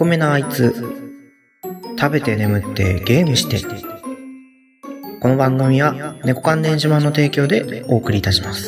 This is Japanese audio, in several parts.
猫目なあいつ、食べて眠ってゲームして。この番組は猫関連自慢の提供でお送りいたします。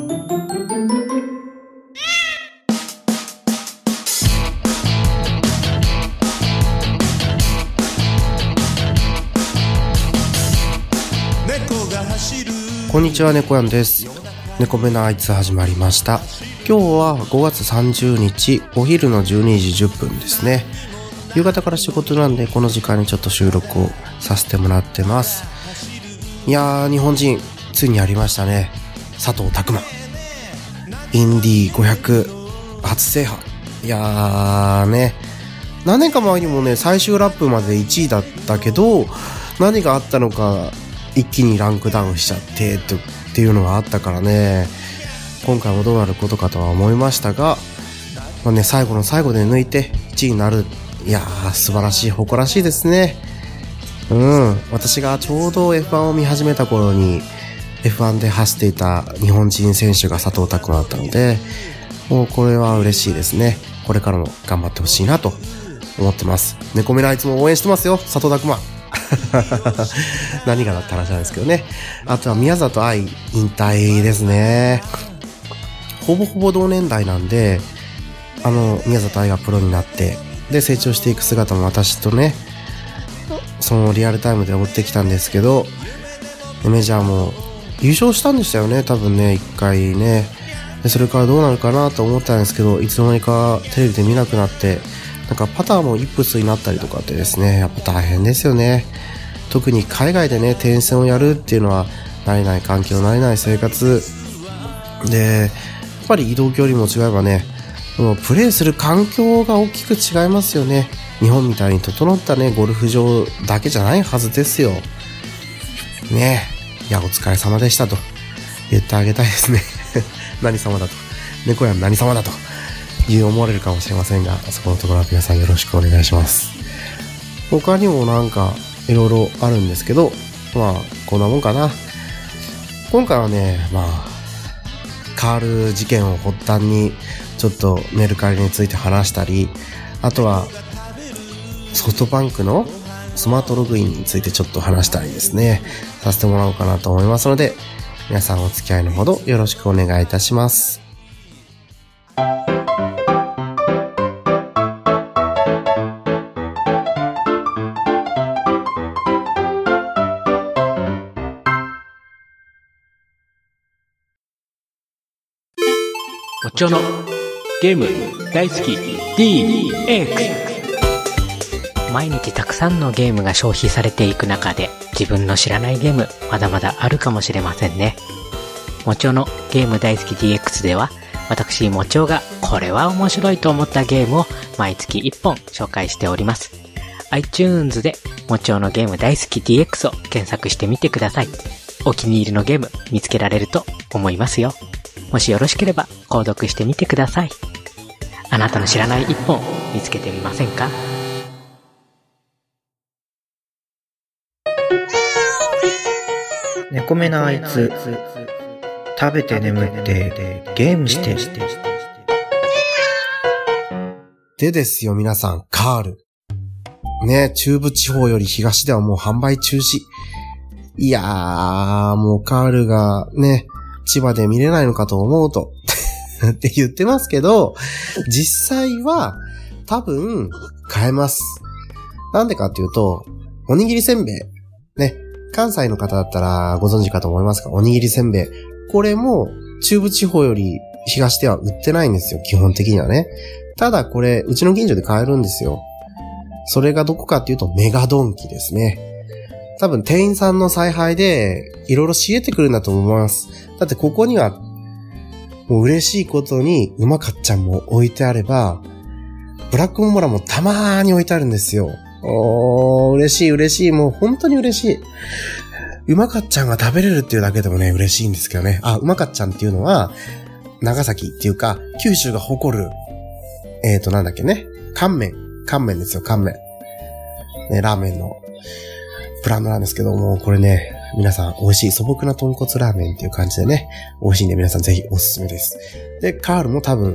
こんにちは、猫やんです。猫目のあいつ始まりました。今日は5月30日お昼の12時10分ですね。夕方から仕事なんでこの時間にちょっと収録をさせてもらってます。いやー、日本人ついにやりましたね。佐藤拓磨インディ500初制覇。いやーね、何年か前にもね最終ラップまで1位だったけど、何があったのか一気にランクダウンしちゃってっていうのがあったからね、今回もどうなることかとは思いましたが、まあね、最後の最後で抜いて1位になる。いやー、素晴らしい、誇らしいですね。私がちょうど F1 を見始めた頃に F1 で走っていた日本人選手が佐藤拓磨だったので、もうこれは嬉しいですね。これからも頑張ってほしいなと思ってます。猫目のあいつも応援してますよ、佐藤拓磨何がだって話なんですけどね。あとは宮里藍引退ですね。ほぼほぼ同年代なんで、宮里藍がプロになってで成長していく姿も私とね、そのリアルタイムで追ってきたんですけど、メジャーも優勝したんでしたよね、多分ね、一回ね。でそれからどうなるかなと思ったんですけど、いつの間にかテレビで見なくなって、なんかパターもイップスになったりとかってですね、やっぱ大変ですよね。特に海外でね転戦をやるっていうのは慣れない環境、慣れない生活で、やっぱり移動距離も違えばね、プレーする環境が大きく違いますよね。日本みたいに整ったねゴルフ場だけじゃないはずですよね。いや、お疲れ様でしたと言ってあげたいですね何様だと、猫やん何様だと思われるかもしれませんが、そこのところは皆さんよろしくお願いします。他にもなんかいろいろあるんですけど、まあこんなもんかな。今回はね、カール事件を発端にちょっとメルカリについて話したり、あとはソフトバンクのスマートログインについてちょっと話したりですね、させてもらおうかなと思いますので、皆さんお付き合いのほどよろしくお願いいたします。 もちょのゲーム大好き DX。 毎日たくさんのゲームが消費されていく中で、自分の知らないゲームまだまだあるかもしれませんね。もちょのゲーム大好き DX では、私もちょがこれは面白いと思ったゲームを毎月1本紹介しております。 iTunes でもちょのゲーム大好き DX を検索してみてください。お気に入りのゲーム見つけられると思いますよ。もしよろしければ購読してみてください。あなたの知らない一本見つけてみませんか？ 猫目なあいつ、食べて眠ってゲームして。 でですよ皆さん、カールね、中部地方より東ではもう販売中止。いやー、もうカールがね千葉で見れないのかと思うとって言ってますけど、実際は多分買えます。なんでかっていうと、おにぎりせんべいね、関西の方だったらご存知かと思いますが、おにぎりせんべい、これも中部地方より東では売ってないんですよ、基本的にはね。ただこれうちの近所で買えるんですよ。それがどこかっていうとメガドンキですね。多分店員さんの采配でいろいろ仕入れてくるんだと思います。だってここにはもう嬉しいことにうまかっちゃんも置いてあれば、ブラックモンブランもたまーに置いてあるんですよ。嬉しい嬉しい、もう本当に嬉しい。うまかっちゃんが食べれるっていうだけでもね嬉しいんですけどね。うまかっちゃんっていうのは長崎っていうか九州が誇るなんだっけね、乾麺ですよ、乾麺ね、ラーメンのブランドなんですけども、これね皆さん美味しい素朴な豚骨ラーメンっていう感じでね美味しいんで、皆さんぜひおすすめです。でカールも多分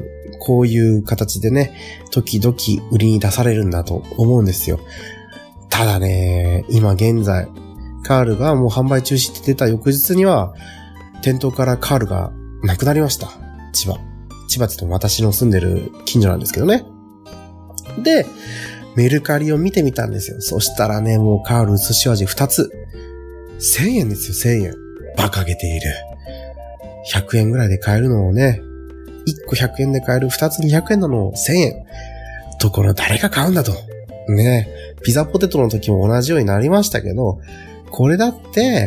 こういう形でね、時々売りに出されるんだと思うんですよ。ただね、今現在、カールがもう販売中止って出た翌日には、店頭からカールがなくなりました。千葉って言っても私の住んでる近所なんですけどね。で、メルカリを見てみたんですよ。そしたらね、もうカール薄塩味2つ。1000円ですよ、1000円。馬鹿げている。100円ぐらいで買えるのをね、1個100円で買える、2つ200円なのを1000円。どこの誰が買うんだと。ね、ピザポテトの時も同じようになりましたけど、これだって、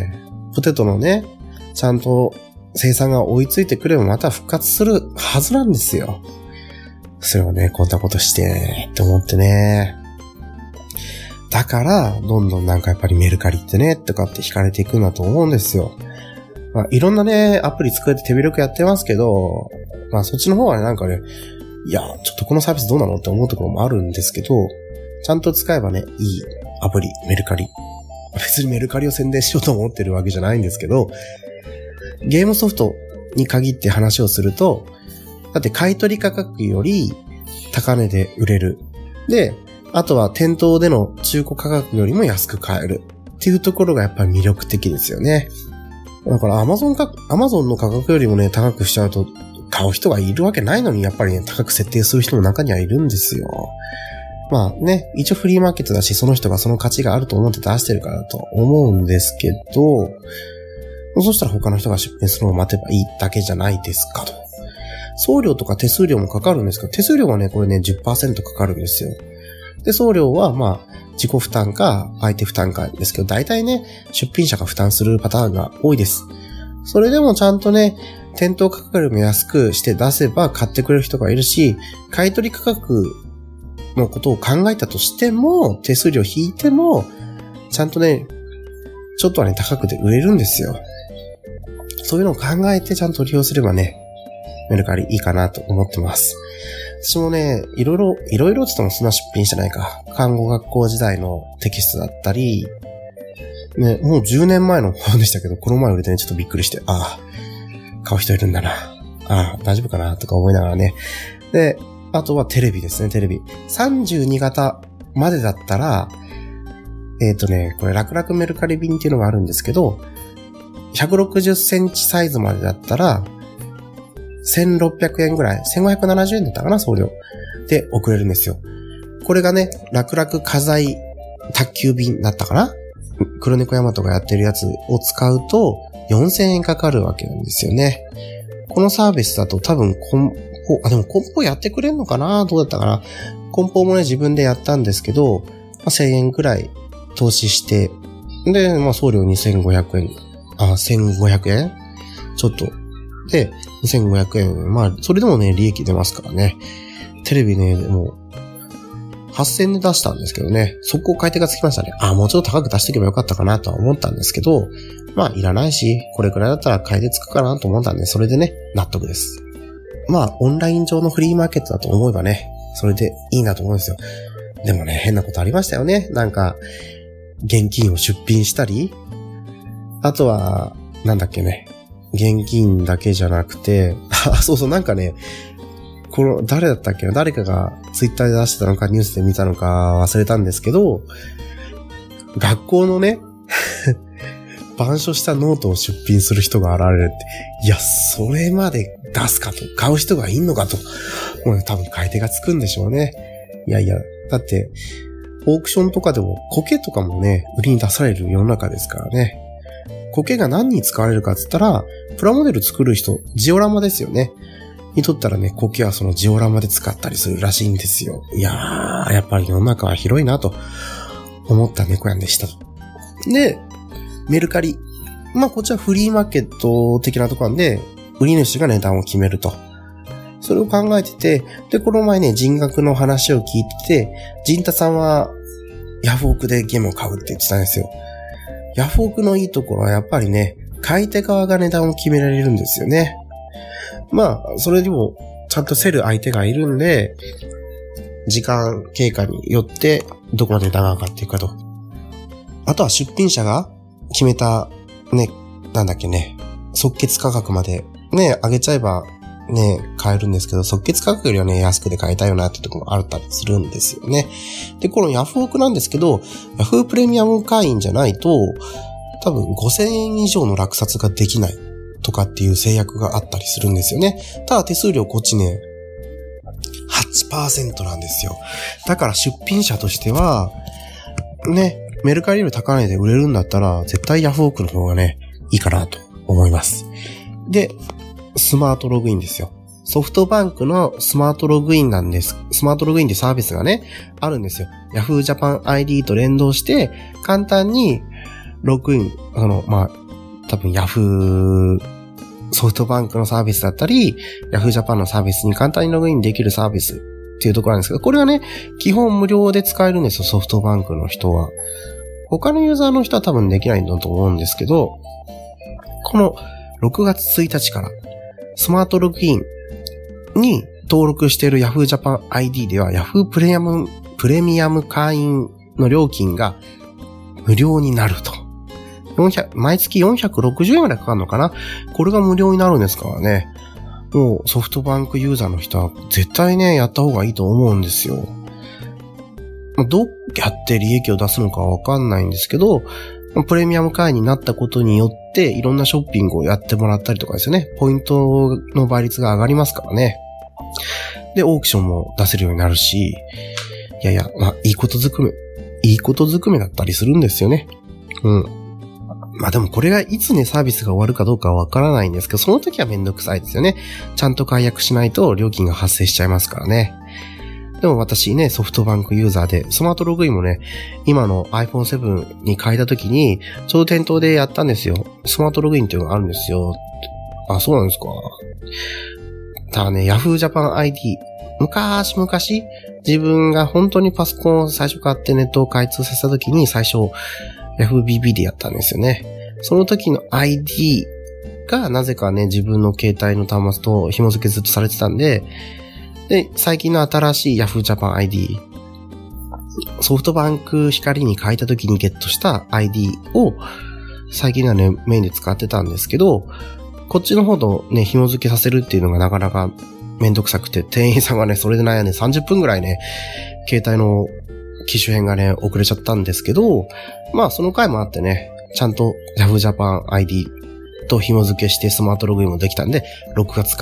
ポテトのね、ちゃんと生産が追いついてくればまた復活するはずなんですよ。それをね、こんなことしてって思ってね。だから、どんどんなんかやっぱりメルカリってね、とかって惹かれていくんだと思うんですよ。まあ、いろんなね、アプリ作れて手広くやってますけど、まあそっちの方はね、なんかね、いや、ちょっとこのサービスどうなのって思うところもあるんですけど、ちゃんと使えばね、いいアプリ、メルカリ。別にメルカリを宣伝しようと思ってるわけじゃないんですけど、ゲームソフトに限って話をすると、だって買い取り価格より高値で売れる。で、あとは店頭での中古価格よりも安く買える。っていうところがやっぱり魅力的ですよね。だからアマゾンの価格よりもね、高くしちゃうと買う人がいるわけないのに、やっぱりね、高く設定する人も中にはいるんですよ。まあね、一応フリーマーケットだし、その人がその価値があると思って出してるからと思うんですけど、そしたら他の人が出品するのを待てばいいだけじゃないですかと。送料とか手数料もかかるんですけど、手数料がね、これね、10% かかるんですよ。で、送料はまあ、自己負担か相手負担かですけど、大体ね、出品者が負担するパターンが多いです。それでもちゃんとね、店頭価格よりも安くして出せば買ってくれる人がいるし、買い取り価格のことを考えたとしても、手数料引いても、ちゃんとね、ちょっとはね、高くで売れるんですよ。そういうのを考えてちゃんと利用すればね、メルカリいいかなと思ってます。私もね、いろいろって言ってもそんな出品してないか。看護学校時代のテキストだったり、ね、もう10年前の本でしたけど、この前売れてね、ちょっとびっくりして、ああ、買う人いるんだな。ああ、大丈夫かなとか思いながらね。で、あとはテレビですね、テレビ。32型までだったら、これ楽々メルカリ便っていうのがあるんですけど、160センチサイズまでだったら、1600円ぐらい、1570円だったかな、送料。で、送れるんですよ。これがね、楽々家財宅急便だったかな？黒猫ヤマトがやってるやつを使うと、4000円かかるわけなんですよね。このサービスだと多分でも梱包やってくれんのかな？どうだったかな？梱包もね、自分でやったんですけど、1000円くらい投資して、で、まあ送料2500円。1500円ちょっと。で、2500円。まあ、それでもね、利益出ますからね。テレビね、もう、8000円で出したんですけどね、速攻買い手がつきましたね。もうちょっと高く出していけばよかったかなとは思ったんですけど、まあ、いらないし、これくらいだったら買い手つくかなと思ったんで、それでね、納得です。まあ、オンライン上のフリーマーケットだと思えばね、それでいいなと思うんですよ。でもね、変なことありましたよね。なんか、現金を出品したり、あとは、なんだっけね。現金だけじゃなくて、そうそう、なんかね、誰だったっけな、誰かがツイッターで出してたのかニュースで見たのか忘れたんですけど、学校のね、板書したノートを出品する人が現れるって、いや、それまで出すかと、買う人がいんのかと、もうね、多分買い手がつくんでしょうね。いやいや、だって、オークションとかでも苔とかもね、売りに出される世の中ですからね。苔が何に使われるかって言ったら、プラモデル作る人、ジオラマですよね。にとったらね、苔はそのジオラマで使ったりするらしいんですよ。いやー、やっぱり世の中は広いなと思った猫やんでした。で、メルカリ。まあ、こっちはフリーマーケット的なところなんで、売り主が値段を決めると。それを考えてて、で、この前ね、人額の話を聞いてて、ジンタさんはヤフオクでゲームを買うって言ってたんですよ。ヤフオクのいいところはやっぱりね、買い手側が値段を決められるんですよね。まあ、それでもちゃんと競る相手がいるんで、時間経過によってどこまで値段が上がっていくかと。あとは出品者が決めたね、なんだっけね、即決価格までね、上げちゃえばね、買えるんですけど、即決価格よりはね、安くで買えたよなってところもあったりするんですよね。で、このヤフオクなんですけど、ヤフープレミアム会員じゃないと、多分5000円以上の落札ができないとかっていう制約があったりするんですよね。ただ手数料こっちね、8% なんですよ。だから出品者としては、ね、メルカリより高値で売れるんだったら、絶対ヤフオクの方がね、いいかなと思います。で、スマートログインですよ。ソフトバンクのスマートログインなんです。スマートログインってサービスがね、あるんですよ。Yahoo Japan ID と連動して、簡単にログイン、多分 Yahoo ソフトバンクのサービスだったり、Yahoo Japan のサービスに簡単にログインできるサービスっていうところなんですけど、これはね、基本無料で使えるんですよ、ソフトバンクの人は。他のユーザーの人は多分できないんだと思うんですけど、この6月1日から、スマートログインに登録している Yahoo Japan ID では Yahoo プレミアム会員の料金が無料になると。毎月460円ぐらいかかるのかな？これが無料になるんですからね。もうソフトバンクユーザーの人は絶対ね、やった方がいいと思うんですよ。どうやって利益を出すのかはわかんないんですけど、プレミアム会員になったことによっていろんなショッピングをやってもらったりとかですよね。ポイントの倍率が上がりますからね。で、オークションも出せるようになるし、いいことずくめだったりするんですよね。でもこれがいつね、サービスが終わるかどうかはわからないんですけど、その時はめんどくさいですよね。ちゃんと解約しないと料金が発生しちゃいますからね。でも私ね、ソフトバンクユーザーで、スマートログインもね、今の iPhone7 に変えた時に、ちょうど店頭でやったんですよ。スマートログインっていうのがあるんですよ。あ、そうなんですか。ただね、Yahoo Japan ID、昔、自分が本当にパソコンを最初買ってネットを開通させた時に最初、Yahoo BB でやったんですよね。その時の ID がなぜかね、自分の携帯の端末と紐付けずっとされてたんで、最近の新しい Yahoo Japan ID、ソフトバンク光に変えた時にゲットした ID を最近はね、メインで使ってたんですけど、こっちの方とね、紐付けさせるっていうのがなかなかめんどくさくて、店員さんがね、それで悩んで30分ぐらいね、携帯の機種変がね、遅れちゃったんですけど、その回もあってね、ちゃんと Yahoo Japan ID と紐付けしてスマートログインもできたんで、6月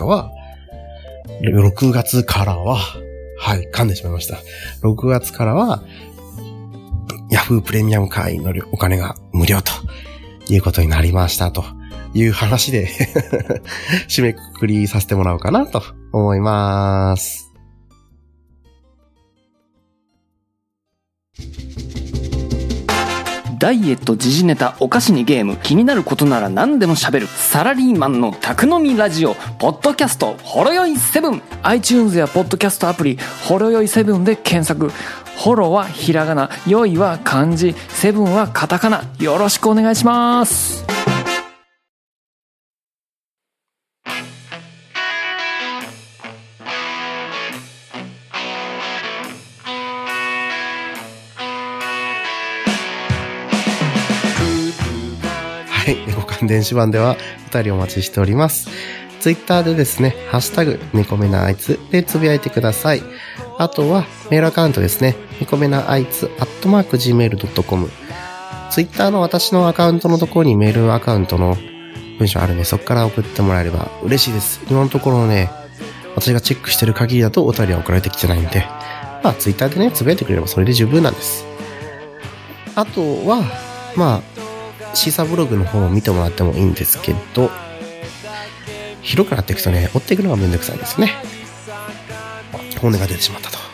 からは、はい、噛んでしまいました。6月からは、Yahoo プレミアム会員のお金が無料ということになりましたという話で締めくくりさせてもらおうかなと思います。 ダイエット、時事ネタ、お菓子にゲーム、気になることなら何でも喋るサラリーマンの宅飲みラジオポッドキャストほろよい7。 iTunes やポッドキャストアプリほろよい7で検索。ホロはひらがな、よいは漢字、7はカタカナ。よろしくお願いします。 はい、猫缶電子版ではお便りお待ちしております。ツイッターでですね、ハッシュタグ猫目なあいつでつぶやいてください。あとはメールアカウントですね、猫目なあいつ@gmail.com。ツイッターの私のアカウントのところにメールアカウントの文章あるんで、そこから送ってもらえれば嬉しいです。今のところね、私がチェックしてる限りだとお便りは送られてきてないんで、ツイッターでね、つぶやいてくれればそれで十分なんです。あとは、シーサーブログの方を見てもらってもいいんですけど、広くなっていくとね、追っていくのがめんどくさいですよね。本音が出てしまったと。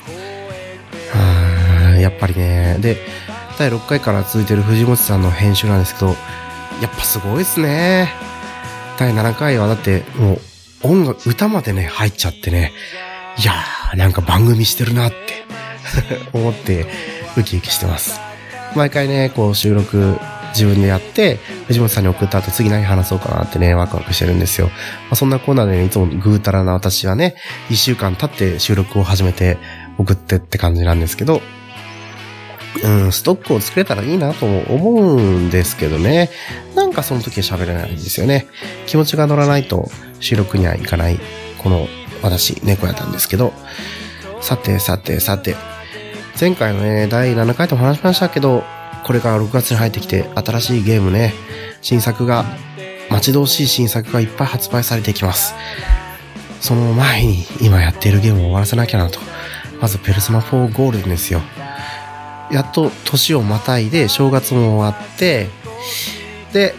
やっぱりね。で、第6回から続いている藤本さんの編集なんですけど、やっぱすごいですね。第7回はだってもう歌までね入っちゃってね、いやーなんか番組してるなって思ってウキウキしてます。毎回ね、こう収録自分でやって藤本さんに送った後次何話そうかなってね、ワクワクしてるんですよ。そんなコーナーでね、いつもぐうたらな私はね、1週間経って収録を始めて送ってって感じなんですけど、ストックを作れたらいいなと思うんですけどね、なんかその時は喋れないんですよね。気持ちが乗らないと収録にはいかないこの私、猫やったんですけど、さて、前回のね、第7回でも話しましたけど、これから6月に入ってきて、新しいゲームね、待ち遠しい新作がいっぱい発売されていきます。その前に、今やっているゲームを終わらせなきゃなと。まず、ペルソナ4ゴールデンですよ。やっと年をまたいで、正月も終わって、で、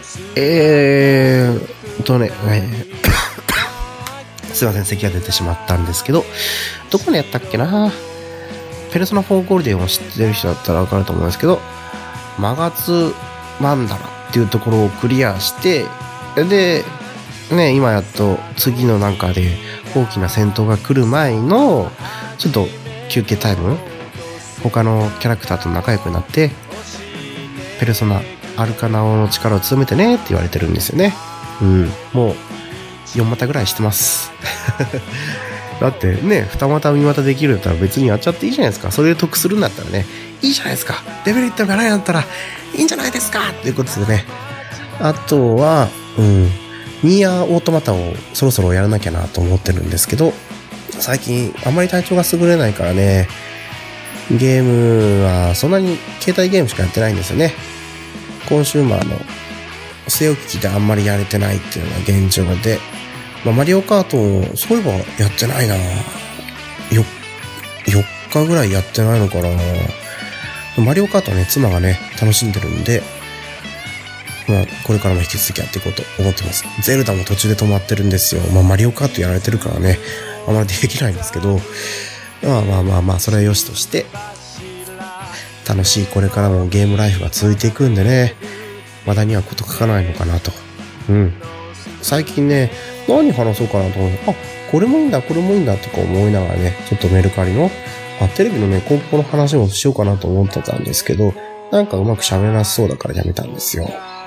すいません、咳が出てしまったんですけど、どこにやったっけな。ペルソナ4ゴールデンを知ってる人だったらわかると思うんですけど、マガツマンダラっていうところをクリアして、で、ね、今やっと次のなんかで大きな戦闘が来る前の、ちょっと休憩タイム、他のキャラクターと仲良くなって、ペルソナアルカナオの力を強めてねって言われてるんですよね。もう4股ぐらいしてますだってね、2股3股できるんだったら別にやっちゃっていいじゃないですか。それで得するんだったらね、いいじゃないですか。レベルいってもないんだったらいいんじゃないですかっていうことでね。あとはニーアーオートマタをそろそろやらなきゃなと思ってるんですけど、最近あんまり体調が優れないからね、ゲームはそんなに携帯ゲームしかやってないんですよね。コンシューマーの据え置き機であんまりやれてないっていうのが現状で、マリオカートをそういえばやってないな。4日ぐらいやってないのかな。マリオカートはね、妻がね楽しんでるんで、これからも引き続きやっていこうと思ってます。ゼルダも途中で止まってるんですよ。マリオカートやられてるからね、あまりできないんですけど、それは良しとして、楽しいこれからもゲームライフが続いていくんでね、話題にはこと書かないのかなと。最近ね、何話そうかなと思って、これもいいんだとか思いながらね、ちょっとメルカリの、テレビのね、梱包の話もしようかなと思ってたんですけど、なんかうまく喋れなそうだからやめたんですよ。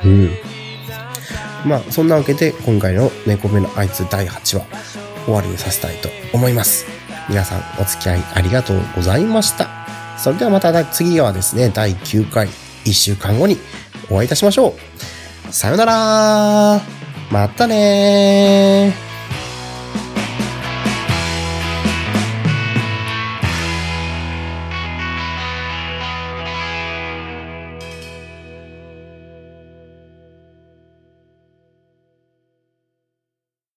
そんなわけで、今回の猫目のあいつ第8話、終わりにさせたいと思います。皆さんお付き合いありがとうございました。それではまた次はですね、第9回、1週間後にお会いいたしましょう。さよなら。またねー。